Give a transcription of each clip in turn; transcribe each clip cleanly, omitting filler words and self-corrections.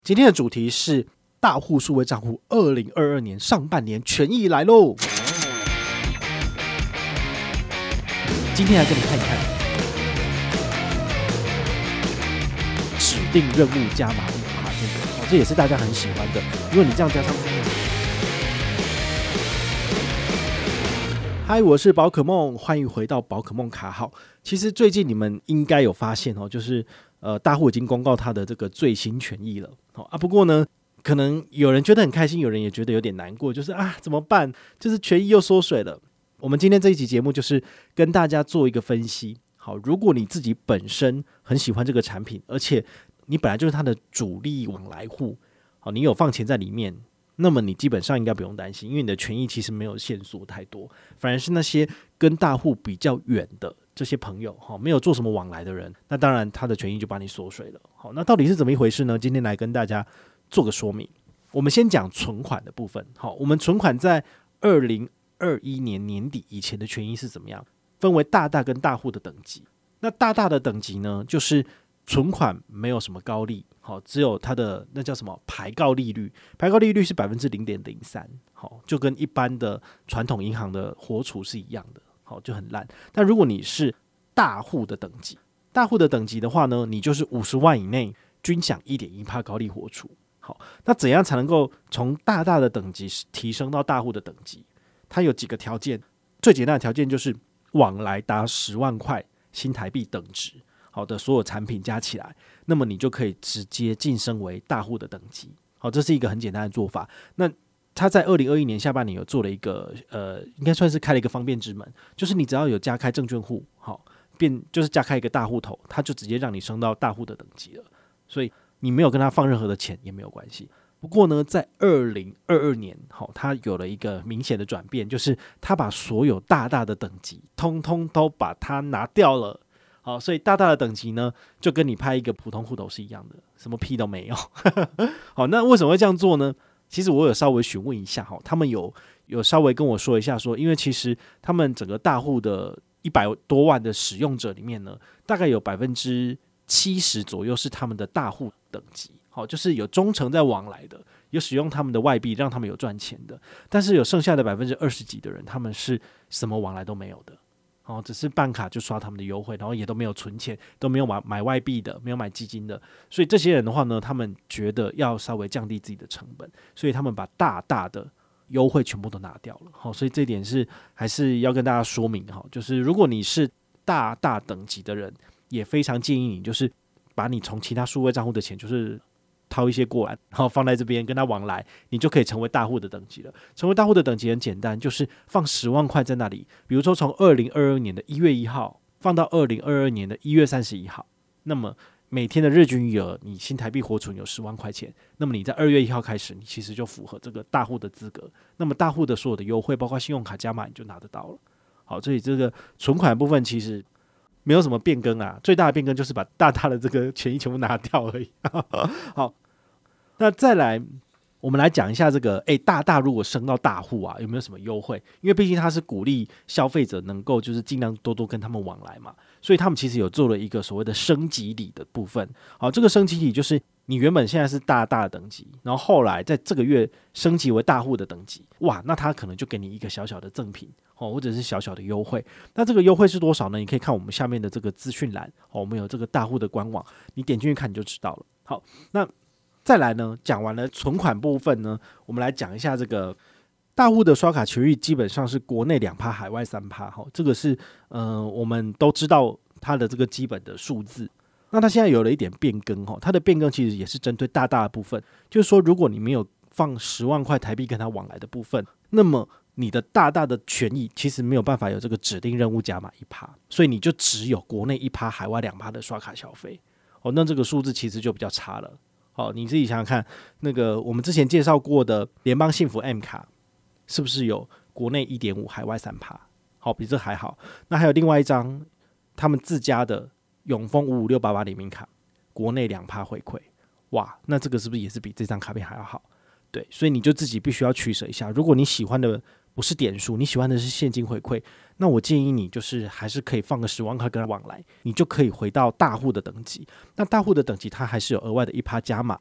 今天的主题是大户数位账户2022年上半年权益来喽。今天来跟你看一看指定任务加码1%这个，这也是大家很喜欢的。如果你这样加上，嗨，我是宝可梦，欢迎回到宝可梦卡号。其实最近你们应该有发现就是大户已经公告他的这个最新权益了不过呢，可能有人觉得很开心，有人也觉得有点难过，就是怎么办？就是权益又缩水了。我们今天这一集节目就是跟大家做一个分析。好，如果你自己本身很喜欢这个产品，而且你本来就是它的主力往来户，好，你有放钱在里面，那么你基本上应该不用担心，因为你的权益其实没有限缩太多，反而是那些跟大户比较远的这些朋友，没有做什么往来的人，那当然他的权益就把你缩水了。好，那到底是怎么一回事呢？今天来跟大家做个说明。我们先讲存款的部分。好，我们存款在2021年年底以前的权益是怎么样？分为大大跟大户的等级。那大大的等级呢，就是存款没有什么高利，只有它的那叫什么排告利率，排告利率是 0.03%， 就跟一般的传统银行的活储是一样的，就很烂。但如果你是大户的等级，大户的等级的话呢，你就是50万以内均享 1.1% 高利活储。好，那怎样才能够从大大的等级提升到大户的等级？它有几个条件，最简单的条件就是往来达10万块新台币等值，好的所有产品加起来，那么你就可以直接晋升为大户的等级。好，这是一个很简单的做法。那他在2021年下半年有做了一个应该算是开了一个方便之门，就是你只要有加开证券户，好，就是加开一个大户头，他就直接让你升到大户的等级了。所以你没有跟他放任何的钱也没有关系。不过呢，在2022年，他有了一个明显的转变，就是他把所有大大的等级通通都把它拿掉了。好，所以大大的等级呢，就跟你拍一个普通户头是一样的，什么屁都没有。好，那为什么会这样做呢？其实我有稍微询问一下，他们有稍微跟我说一下说，因为其实他们整个大户的100多万的使用者里面呢，大概有70%左右是他们的大户等级。好，就是有忠诚在往来的，有使用他们的外币让他们有赚钱的，但是有剩下的20%几的人，他们是什么往来都没有的。只是办卡就刷他们的优惠，然后也都没有存钱，都没有买外币的，没有买基金的。所以这些人的话呢，他们觉得要稍微降低自己的成本，所以他们把大大的优惠全部都拿掉了。好，所以这一点是还是要跟大家说明，就是如果你是大大等级的人，也非常建议你就是把你从其他数位账户的钱就是掏一些过来，然后放在这边跟他往来，你就可以成为大户的等级了。成为大户的等级很简单，就是放10万块在那里，比如说从2022年的1月1号放到2022年的1月31号，那么每天的日均余额，你新台币活存有10万块钱，那么你在2月1号开始，你其实就符合这个大户的资格。那么大户的所有的优惠，包括信用卡加码，你就拿得到了。好，所以这个存款部分其实没有什么变更啊，最大的变更就是把大大的这个权益全部拿掉而已。好，那再来我们来讲一下这个大大如果升到大户有没有什么优惠？因为毕竟它是鼓励消费者能够就是尽量多多跟他们往来嘛，所以他们其实有做了一个所谓的升级礼的部分。好，这个升级礼就是你原本现在是大大的等级，然后后来在这个月升级为大户的等级，哇，那他可能就给你一个小小的赠品或者是小小的优惠。那这个优惠是多少呢？你可以看我们下面的这个资讯栏，我们有这个大户的官网，你点进去看你就知道了。好，那再来呢，讲完了存款部分呢，我们来讲一下这个大户的刷卡权益，基本上是国内2%，海外3%。这个是我们都知道它的这个基本的数字。那它现在有了一点变更，它的变更其实也是针对大大的部分，就是说如果你没有放10万块台币跟它往来的部分，那么你的大大的权益其实没有办法有这个指定任务加码1%，所以你就只有国内1%，海外2%的刷卡消费。那这个数字其实就比较差了。你自己想想看，那个我们之前介绍过的联邦幸福 M 卡，是不是有国内 1.5%， 海外3%？好，比这还好。那还有另外一张他们自家的永丰55688联名卡，国内2%回馈，哇，那这个是不是也是比这张卡片还要好？对，所以你就自己必须要取舍一下。如果你喜欢的不是点数，你喜欢的是现金回馈，那我建议你就是还是可以放个10万块跟他往来，你就可以回到大户的等级。那大户的等级它还是有额外的1%加码，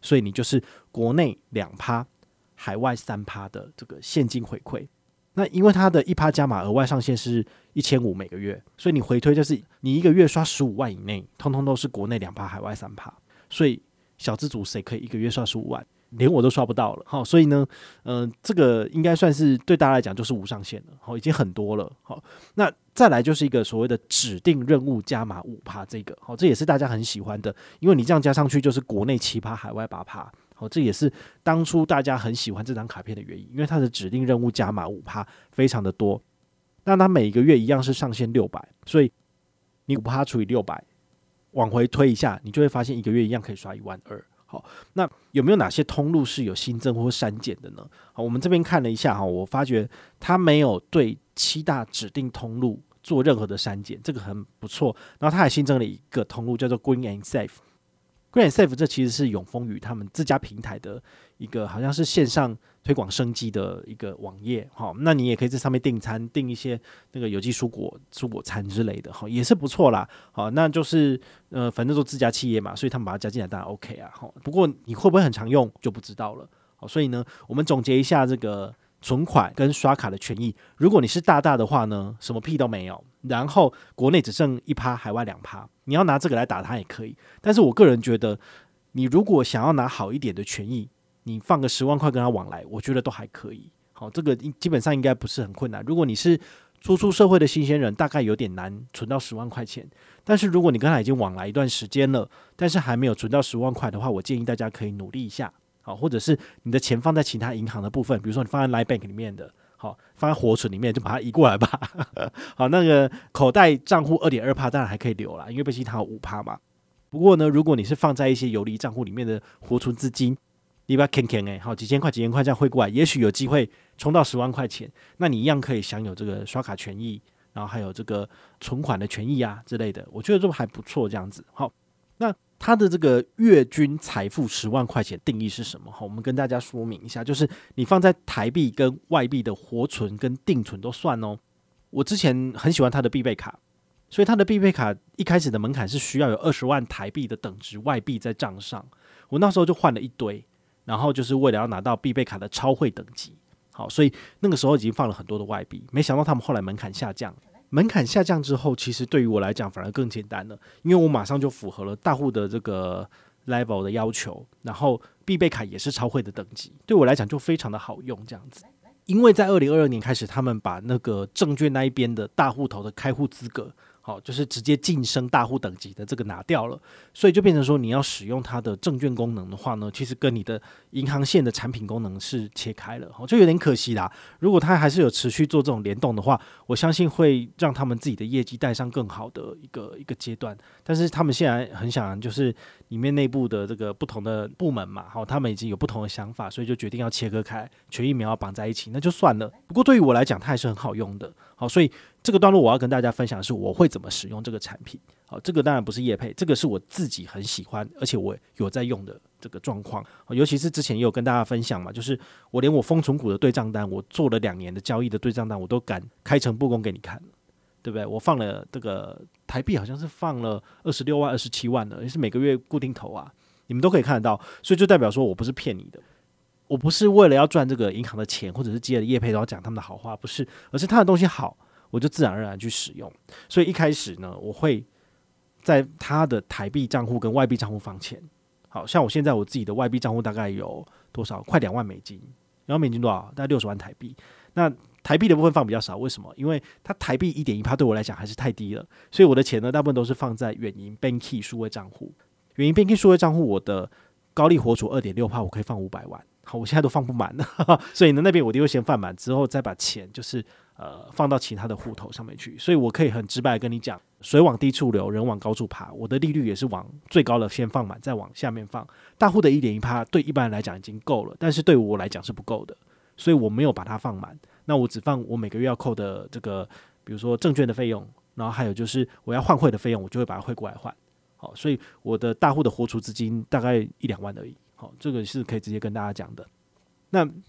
所以你就是国内2%，海外3%的这个现金回馈。那因为它的1%加码额外上限是1500每个月，所以你回推就是你一个月刷15万以内，通通都是国内2%，海外3%。所以小资族谁可以一个月刷15万？连我都刷不到了。好，所以呢，这个应该算是对大家来讲就是无上限了，好，已经很多了。好，那再来就是一个所谓的指定任务加码5%，这个好，这也是大家很喜欢的，因为你这样加上去就是国内7%，海外8%。好，这也是当初大家很喜欢这张卡片的原因，因为它的指定任务加码5%非常的多。那它每个月一样是上限600，所以你5%除以600，往回推一下，你就会发现一个月一样可以刷12000。好，那有没有哪些通路是有新增或删减的呢？好，我们这边看了一下，我发觉它没有对7大指定通路做任何的删减，这个很不错。然后它还新增了一个通路，叫做 Green and Safe。Green and Safe 这其实是永丰余他们自家平台的一个好像是线上推广生机的一个网页。好，那你也可以在上面订餐，订一些那个有机蔬果餐之类的，好，也是不错啦。好，那就是反正都自家企业嘛，所以他们把它加进来当然 OK 啊。好，不过你会不会很常用就不知道了。好，所以呢，我们总结一下这个存款跟刷卡的权益。如果你是大的话呢，什么屁都没有，然后国内只剩1%，海外2%，你要拿这个来打它也可以。但是我个人觉得，你如果想要拿好一点的权益，你放个10万块跟他往来，我觉得都还可以。好，这个基本上应该不是很困难。如果你是初出社会的新鲜人，大概有点难存到10万块钱。但是如果你跟他已经往来一段时间了，但是还没有存到10万块的话，我建议大家可以努力一下。好，或者是你的钱放在其他银行的部分，比如说你放在 Line Bank 里面的，好，放在活存里面，就把它移过来吧。好，那个口袋账户 2.2% 当然还可以留啦，因为毕竟它有5%嘛。不过呢，如果你是放在一些游离账户里面的活存资金，你把它 can 好，几千块这样汇过来，也许有机会冲到10万块钱，那你一样可以享有这个刷卡权益，然后还有这个存款的权益啊之类的，我觉得都还不错这样子。好，那它的这个月均财富10万块钱定义是什么？我们跟大家说明一下，就是你放在台币跟外币的活存跟定存都算哦。我之前很喜欢它的必备卡，所以它的必备卡一开始的门槛是需要有20万台币的等值外币在账上，我那时候就换了一堆，然后就是为了要拿到必备卡的超汇等级。好，所以那个时候已经放了很多的外币，没想到他们后来门槛下降。门槛下降之后，其实对于我来讲反而更简单了，因为我马上就符合了大户的这个 level 的要求，然后必备卡也是超汇的等级，对我来讲就非常的好用这样子。因为在2022年开始，他们把那个证券那一边的大户头的开户资格，好，就是直接晋升大户等级的这个拿掉了，所以就变成说你要使用它的证券功能的话呢，其实跟你的银行线的产品功能是切开了，就有点可惜啦。如果它还是有持续做这种联动的话，我相信会让他们自己的业绩带上更好的一个阶段。但是他们现在很想就是里面内部的这个不同的部门嘛，他们已经有不同的想法，所以就决定要切割开，权益苗要绑在一起，那就算了。不过对于我来讲，它还是很好用的。好，所以这个段落我要跟大家分享的是我会怎么使用这个产品。好，这个当然不是业配，这个是我自己很喜欢，而且我有在用的这个状况。尤其是之前也有跟大家分享嘛，就是我连我丰存股的对账单，我做了2年的交易的对账单，我都敢开诚布公给你看，对不对？我放了这个台币好像是放了26万、27万了，也是每个月固定投啊，你们都可以看得到，所以就代表说我不是骗你的。我不是为了要赚这个银行的钱，或者是接了业配都要讲他们的好话，不是，而是他的东西好，我就自然而然去使用。所以一开始呢，我会在他的台币账户跟外币账户放钱。好像我现在我自己的外币账户大概有多少？快2万美金，2万美金多少？大概60万台币。那台币的部分放比较少，为什么？因为它台币 1.1% 对我来讲还是太低了，所以我的钱呢，大部分都是放在远银 Banky 数位账户。远银 Banky 数位账户，我的高利活储 2.6%， 我可以放500万。好，我现在都放不满了，所以呢，那边我一定会先放满，之后再把钱就是放到其他的户头上面去。所以我可以很直白的跟你讲，水往低处流，人往高处爬，我的利率也是往最高的先放满，再往下面放。大户的 1.1% 对一般人来讲已经够了，但是对我来讲是不够的，所以我没有把它放满。那我只放我每个月要扣的这个，比如说证券的费用，然后还有就是我要换汇的费用，我就会把它汇过来换。好，所以我的大户的活储资金大概1-2万而已。好，这个是可以直接跟大家讲的。那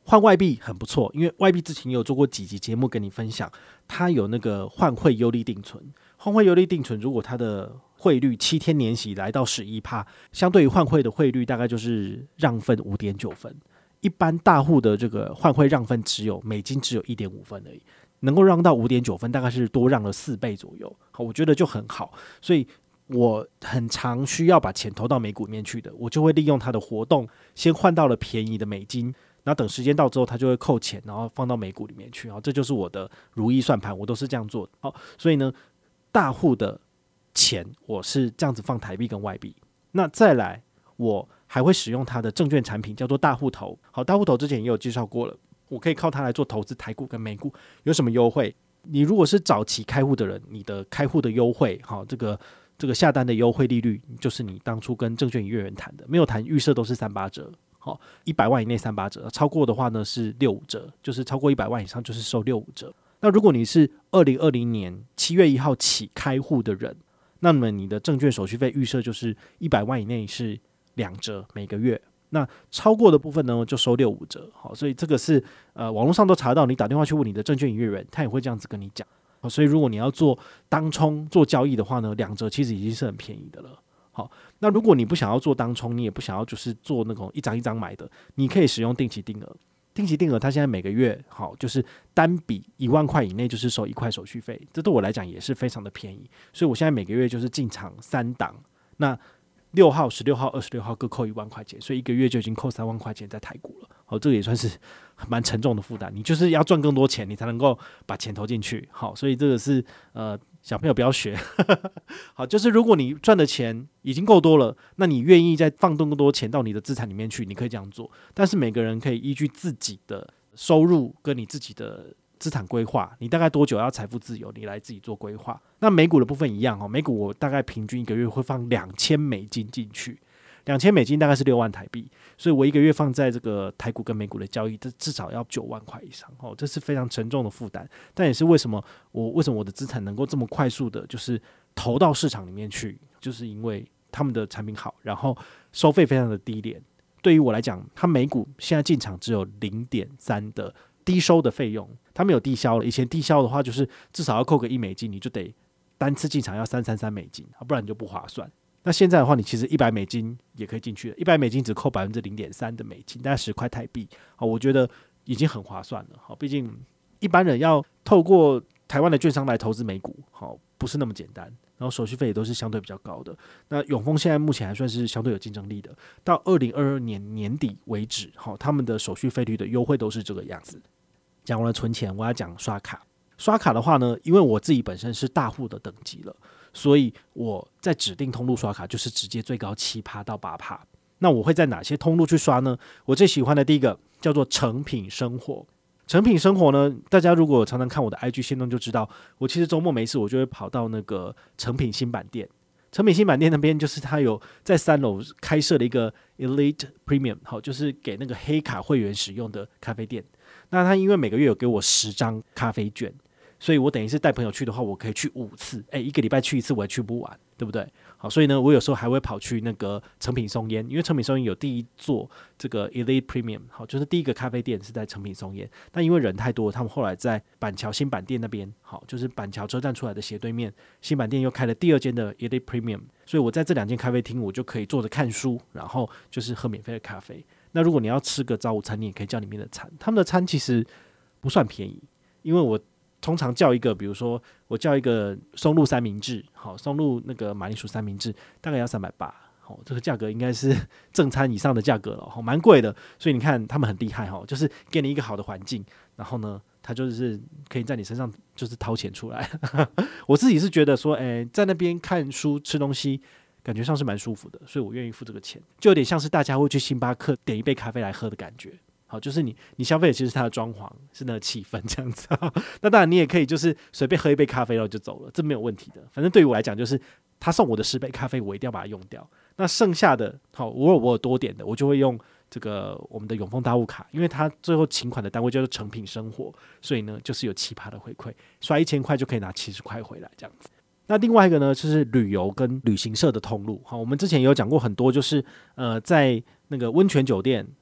换外币很不错，因为外币之前也有做过几集节目跟你分享，它有那个换汇优利定存。换汇优利定存，如果它的汇率7天年息来到11%，相对于换汇的汇率大概就是让分5.9分。一般大户的这个换汇让分美金只有1.5分而已，能够让到5.9分，大概是多让了4倍左右。好，我觉得就很好，所以我很常需要把钱投到美股里面去的，我就会利用它的活动，先换到了便宜的美金，然后等时间到之后，它就会扣钱，然后放到美股里面去。好，这就是我的如意算盘，我都是这样做的。好，所以呢，大户的钱我是这样子放台币跟外币。那再来，我还会使用它的证券产品，叫做大户头。好，大户头之前也有介绍过了，我可以靠它来做投资台股跟美股。有什么优惠？你如果是早期开户的人，你的开户的优惠，好，这个下单的优惠利率，就是你当初跟证券营业员谈的，没有谈预设都是38折。好，100万以内38折，超过的话呢是65折，就是超过100万以上就是收65折。那如果你是2020年7月1号起开户的人，那么你的证券手续费预设就是100万以内是2折每个月，那超过的部分呢就收65折。好，所以这个是网络上都查到，你打电话去问你的证券营业员，他也会这样子跟你讲。好，所以如果你要做当冲做交易的话呢，2折其实已经是很便宜的了。好，那如果你不想要做当冲，你也不想要就是做那种一张一张买的，你可以使用定期定额。定期定额它现在每个月好就是单笔1万块以内就是收1块手续费，这对我来讲也是非常的便宜。所以我现在每个月就是进场3档，那6号、16号、26号各扣1万块钱，所以一个月就已经扣3万块钱在台股了。好，这个也算是蛮沉重的负担，你就是要赚更多钱，你才能够把钱投进去。好，所以这个是小朋友不要学。好，就是如果你赚的钱已经够多了，那你愿意再放更多钱到你的资产里面去，你可以这样做。但是每个人可以依据自己的收入跟你自己的资产规划，你大概多久要财富自由，你来自己做规划。那美股的部分一样，美股我大概平均一个月会放$2000进去，$2000大概是6万台币，所以我一个月放在这个台股跟美股的交易，这至少要9万块以上。这是非常沉重的负担，但也是为什么我的资产能够这么快速的就是投到市场里面去，就是因为他们的产品好，然后收费非常的低廉。对于我来讲，它美股现在进场只有0.3的低收的费用，它没有低消了。以前低消的话，就是至少要扣个$1，你就得单次进场要$333，不然你就不划算。那现在的话，你其实$100也可以进去了，$100只扣0.3%的美金，大概10块台币。好，我觉得已经很划算了。好，毕竟一般人要透过台湾的券商来投资美股，好，不是那么简单，然后手续费也都是相对比较高的。那永丰现在目前还算是相对有竞争力的，到2022年年底为止，好，他们的手续费率的优惠都是这个样子。讲完了存钱，我要讲刷卡。刷卡的话呢，因为我自己本身是大户的等级了，所以我在指定通路刷卡就是直接最高7%到8%。那我会在哪些通路去刷呢？我最喜欢的第一个叫做诚品生活。诚品生活呢，大家如果常常看我的 IG 限动就知道，我其实周末没事我就会跑到那个诚品新版店。诚品新版店那边就是它有在3楼开设了一个 Elite Premium， 好，就是给那个黑卡会员使用的咖啡店。那他因为每个月有给我10张咖啡券，所以我等于是带朋友去的话，我可以去5次，一个礼拜去1次，我也去不完，对不对？好，所以呢，我有时候还会跑去那个诚品松烟，因为诚品松烟有第一座这个 Elite Premium， 好，就是第一个咖啡店是在诚品松烟。但因为人太多，他们后来在板桥新板店那边，好，就是板桥车站出来的斜对面，新板店又开了第2间的 Elite Premium， 所以我在这2间咖啡厅，我就可以坐着看书，然后就是喝免费的咖啡。那如果你要吃个早午餐，你也可以叫里面的餐，他们的餐其实不算便宜，因为我通常叫一个，比如说我叫一个松露三明治，好，松露那个马铃薯三明治大概要380，好，这个价格应该是正餐以上的价格了，好，蛮贵的。所以你看他们很厉害，就是给你一个好的环境，然后呢，他就是可以在你身上就是掏钱出来。我自己是觉得说，在那边看书吃东西，感觉上是蛮舒服的，所以我愿意付这个钱，就有点像是大家会去星巴克点一杯咖啡来喝的感觉。好，就是你消费的其实是它的装潢，是那个气氛这样子。那当然你也可以就是随便喝一杯咖啡然后就走了，这没有问题的。反正对于我来讲，就是他送我的10杯咖啡，我一定要把它用掉。那剩下的，好，我有多点的，我就会用这个我们的永丰大户卡，因为它最后请款的单位叫做诚品生活，所以呢就是有7%的回馈，刷1000块就可以拿70块回来这样子。那另外一个呢，就是旅游跟旅行社的通路。好，我们之前也有讲过很多，就是在那个温泉酒店，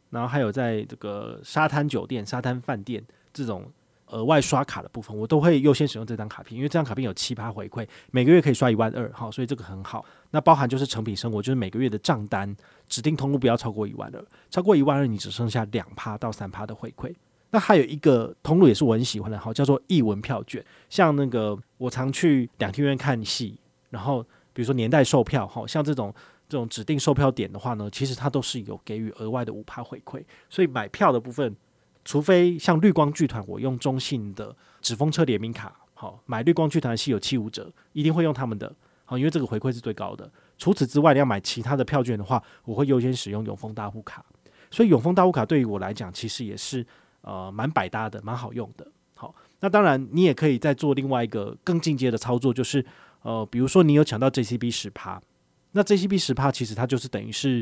然后还有在这个沙滩酒店、沙滩饭店这种额外刷卡的部分，我都会优先使用这张卡片，因为这张卡片有7%回馈，每个月可以刷12000，好，所以这个很好。那包含就是成品生活，就是每个月的账单指定通路不要超过12000，超过12000你只剩下2%到3%的回馈。那还有一个通路也是我很喜欢的，好，叫做艺文票券。像那个我常去两厅院看戏，然后比如说年代售票，好，像这种指定售票点的话呢，其实它都是有给予额外的5%回馈。所以买票的部分，除非像绿光剧团，我用中信的纸风车联名卡，好，买绿光剧团的戏有75折，一定会用他们的，好，因为这个回馈是最高的。除此之外，你要买其他的票券的话，我会优先使用永丰大户卡。所以永丰大户卡对于我来讲，其实也是蛮百搭的，蛮好用的。好，那当然你也可以再做另外一个更进阶的操作，就是比如说你有抢到 JCB 10%，那 JCB 10%其实它就是等于是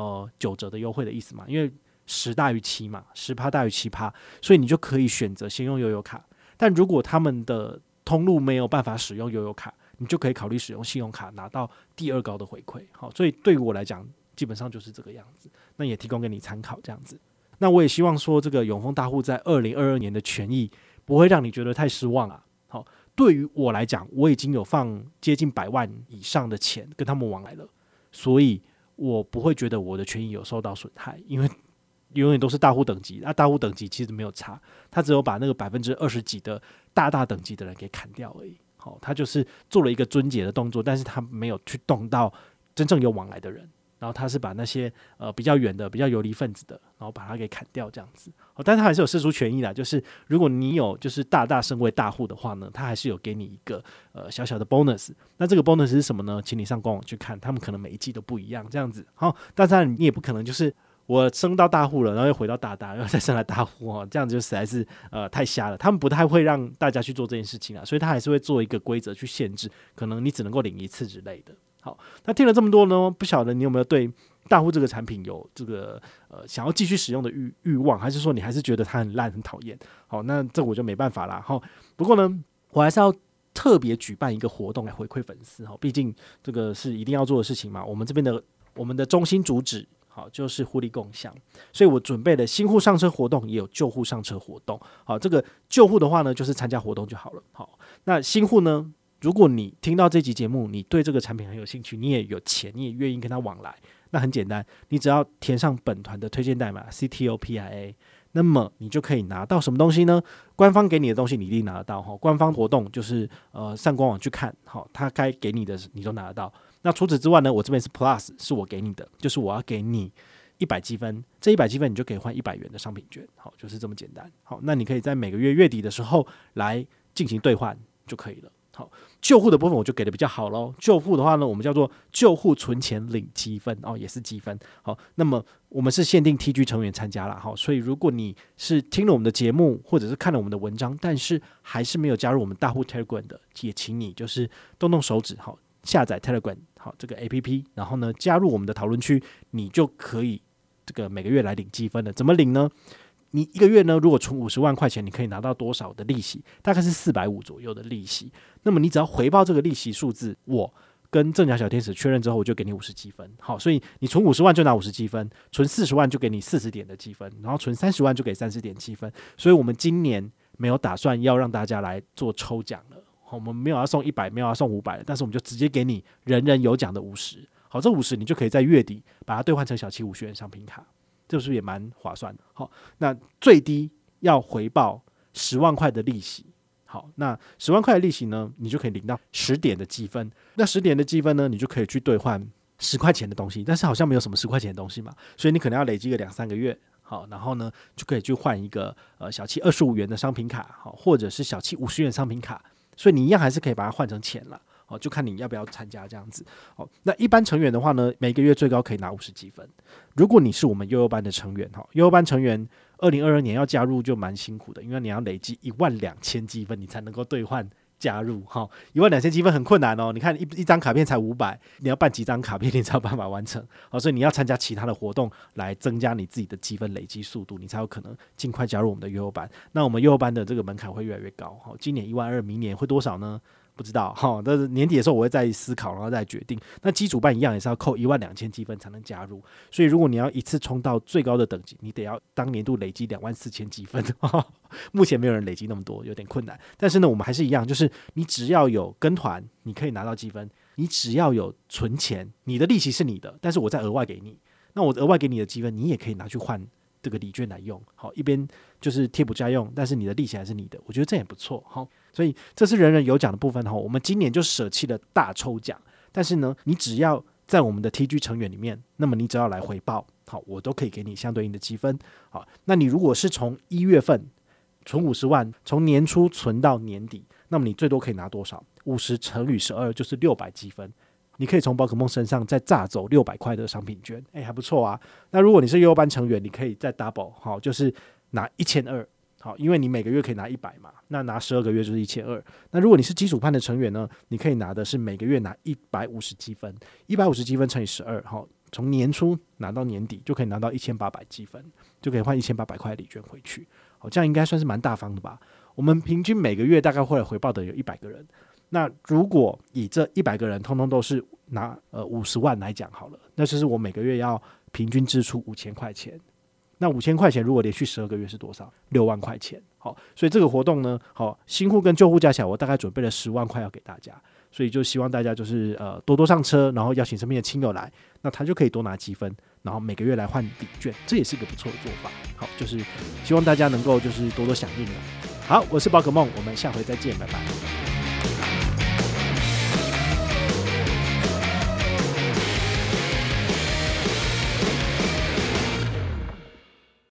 9折的优惠的意思嘛，因为10大于7嘛，10%大于7%，所以你就可以选择先用悠游卡。但如果他们的通路没有办法使用悠游卡，你就可以考虑使用信用卡，拿到第2高的回馈。好，所以对于我来讲，基本上就是这个样子。那也提供给你参考，这样子。那我也希望说，这个永丰大户在2022年的权益不会让你觉得太失望啊。好，对于我来讲，我已经有放接近100万以上的钱跟他们往来了，所以我不会觉得我的权益有受到损害，因为永远都是大户等级，大户等级其实没有差，他只有把那个20%几的大等级的人给砍掉而已。好，他就是做了一个尊节的动作，但是他没有去动到真正有往来的人。然后他是把那些比较远的、比较游离分子的，然后把它给砍掉这样子。但是他还是有释出权益啦，就是如果你有就是大升为大户的话呢，他还是有给你一个小小的 bonus。那这个 bonus 是什么呢？请你上官网去看，他们可能每一季都不一样这样子。好，但是你也不可能就是我升到大户了，然后又回到大，又再升来大户这样子就实在是太瞎了。他们不太会让大家去做这件事情啊，所以他还是会做一个规则去限制，可能你只能够领1次之类的。好，那听了这么多呢，不晓得你有没有对大户这个产品有这个想要继续使用的欲望，还是说你还是觉得它很烂很讨厌？好，那这我就没办法啦。好，不过呢，我还是要特别举办一个活动来回馈粉丝。好，毕竟这个是一定要做的事情嘛。我们的中心主旨好就是互利共享，所以我准备了新户上车活动，也有旧户上车活动。好，这个旧户的话呢，就是参加活动就好了。好，那新户呢？如果你听到这集节目，你对这个产品很有兴趣，你也有钱，你也愿意跟他往来，那很简单，你只要填上本团的推荐代码 CTOPIA， 那么你就可以拿到什么东西呢？官方给你的东西你一定拿得到，官方活动就是上官网去看，他该给你的你都拿得到。那除此之外呢，我这边是 Plus， 是我给你的，就是我要给你100积分，这100积分你就可以换100元的商品券，好，就是这么简单。好，那你可以在每个月月底的时候来进行兑换就可以了。好，旧户的部分我就给的比较好咯。旧户的话呢，我们叫做旧户存钱领积分也是积分。好，那么我们是限定 TG 成员参加啦。好，所以如果你是听了我们的节目，或者是看了我们的文章，但是还是没有加入我们大户 Telegram 的，也请你就是动手指，好，下载 Telegram 好这个 APP， 然后呢加入我们的讨论区，你就可以这个每个月来领积分了。怎么领呢？你一个月呢，如果存50万块钱，你可以拿到多少的利息？大概是450左右的利息。那么你只要回报这个利息数字，我跟正甲小天使确认之后，我就给你50积分。好，所以你存50万就拿50积分，存40万就给你40点的积分，然后存30万就给30点积分。所以我们今年没有打算要让大家来做抽奖了，我们没有要送100，没有要送500，但是我们就直接给你人人有奖的50。好，这50你就可以在月底把它兑换成小七50元商品卡。这是不是也蛮划算的？好，那最低要回报10万块的利息。好，那10万块的利息呢，你就可以领到10点的积分。那10点的积分呢，你就可以去兑换10块钱的东西，但是好像没有什么10块钱的东西嘛，所以你可能要累积个2-3个月。好，然后呢，就可以去换一个小七25元的商品卡，好，或者是小七50元商品卡，所以你一样还是可以把它换成钱了。就看你要不要参加这样子。那一般成员的话呢，每个月最高可以拿50积分。如果你是我们悠悠班的成员，悠悠班成员2022年要加入就蛮辛苦的，因为你要累积12000积分，你才能够兑换加入。12000积分很困难哦。你看一张卡片才500，你要办几张卡片你才有办法完成。所以你要参加其他的活动来增加你自己的积分累积速度，你才有可能尽快加入我们的悠悠班。那我们悠悠班的这个门槛会越来越高。今年12000，明年会多少呢？ 不知道哈，但是年底的时候我会再思考，然后再决定。那基础班一样也是要扣12000积分才能加入，所以如果你要一次冲到最高的等级，你得要当年度累积24000积分。目前没有人累积那么多，有点困难。但是呢，我们还是一样，就是你只要有跟团，你可以拿到积分；你只要有存钱，你的利息是你的，但是我再额外给你。那我额外给你的积分，你也可以拿去换这个礼券来用。好，一边就是贴补家用，但是你的利息还是你的，我觉得这也不错。好，所以这是人人有奖的部分。我们今年就舍弃了大抽奖，但是呢，你只要在我们的 TG 成员里面，那么你只要来回报，好，我都可以给你相对应的积分。好，那你如果是从1月份存50万，从年初存到年底，那么你最多可以拿多少？50乘以12就是600积分。你可以从宝可梦身上再榨走600块的商品券，还不错啊。那如果你是优班成员，你可以再 double， 好，就是拿1200，好，因为你每个月可以拿100嘛，那拿12个月就是1200。那如果你是基础班的成员呢，你可以拿的是每个月拿150积分，150积分乘以12，好，从年初拿到年底就可以拿到1800积分，就可以换1800块礼券回去。好，这样应该算是蛮大方的吧？我们平均每个月大概会回报的有100个人。那如果以这100个人通通都是拿50万来讲好了，那就是我每个月要平均支出5000块钱。那5000块钱如果连续12个月是多少？6万块钱。好，所以这个活动呢，好，新户跟旧户加起来，我大概准备了10万块要给大家。所以就希望大家就是多多上车，然后邀请身边的亲友来，那他就可以多拿积分，然后每个月来换礼券，这也是一个不错的做法。好，就是希望大家能够就是多多响应了。好，我是宝可梦，我们下回再见，拜拜。